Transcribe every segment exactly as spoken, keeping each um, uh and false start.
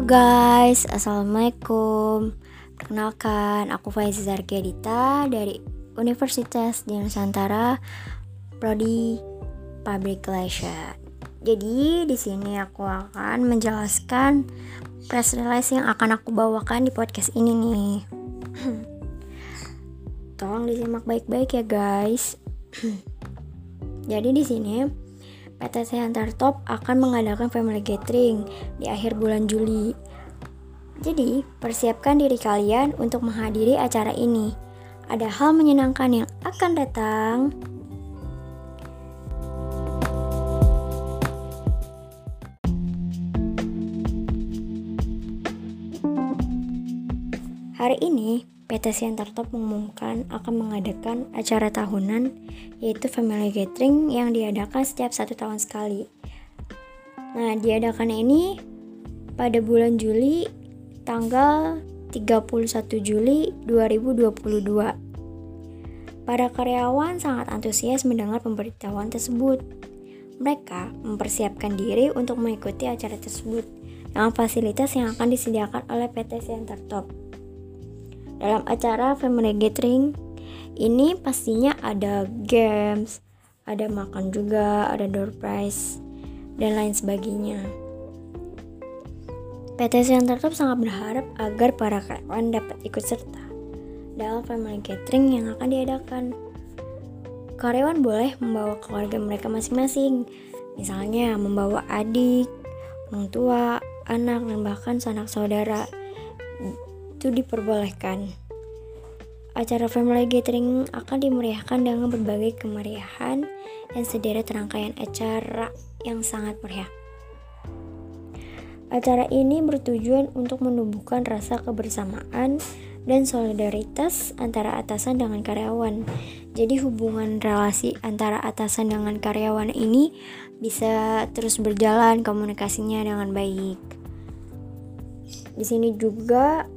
guys, assalamualaikum. Perkenalkan, aku Faiza Zarkiadita dari Universitas di Nusantara, Prodi Public Relation. Jadi di sini aku akan menjelaskan press release yang akan aku bawakan di podcast ini nih. Tolong disimak baik-baik ya guys. Jadi di sini P T Siantar Top akan mengadakan family gathering di akhir bulan Juli. Jadi, persiapkan diri kalian untuk menghadiri acara ini. Ada hal menyenangkan yang akan datang. Hari ini, P T Siantar Top mengumumkan akan mengadakan acara tahunan, yaitu family gathering yang diadakan setiap satu tahun sekali. Nah, diadakan ini pada bulan Juli, tanggal tiga puluh satu Juli dua ribu dua puluh dua. Para karyawan sangat antusias mendengar pemberitahuan tersebut. Mereka mempersiapkan diri untuk mengikuti acara tersebut dengan fasilitas yang akan disediakan oleh P T Siantar Top. Dalam acara family gathering ini pastinya ada games, ada makan juga, ada door prize, dan lain sebagainya. P T Siantar Top sangat berharap agar para karyawan dapat ikut serta dalam family gathering yang akan diadakan. Karyawan boleh membawa keluarga mereka masing-masing, misalnya membawa adik, orang tua, anak, dan bahkan sanak saudara. Itu diperbolehkan. Acara family gathering akan dimeriahkan dengan berbagai kemeriahan dan sederet rangkaian acara yang sangat meriah. Acara ini bertujuan untuk menumbuhkan rasa kebersamaan dan solidaritas antara atasan dengan karyawan. Jadi hubungan relasi antara atasan dengan karyawan ini bisa terus berjalan komunikasinya dengan baik. Di sini juga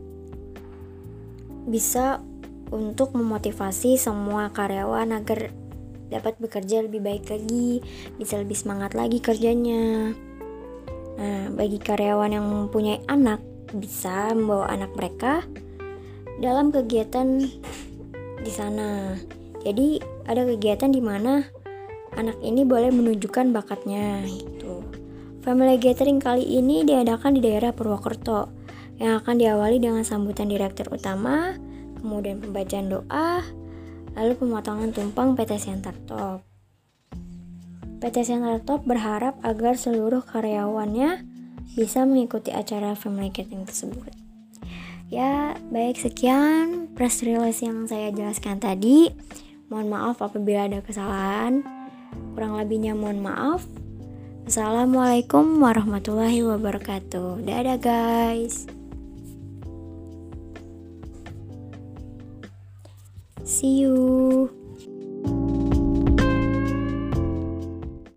bisa untuk memotivasi semua karyawan agar dapat bekerja lebih baik lagi, bisa lebih semangat lagi kerjanya. Nah, bagi karyawan yang mempunyai anak, bisa membawa anak mereka dalam kegiatan di sana. Jadi ada kegiatan di mana anak ini boleh menunjukkan bakatnya gitu. Family gathering kali ini diadakan di daerah Purwokerto, yang akan diawali dengan sambutan direktur utama, kemudian pembacaan doa, lalu pemotongan tumpeng P T Siantar Top. P T Siantar Top berharap agar seluruh karyawannya bisa mengikuti acara family gathering tersebut. Ya, baik, sekian press release yang saya jelaskan tadi. Mohon maaf apabila ada kesalahan. Kurang lebihnya mohon maaf. Assalamualaikum warahmatullahi wabarakatuh. Dadah guys. See you.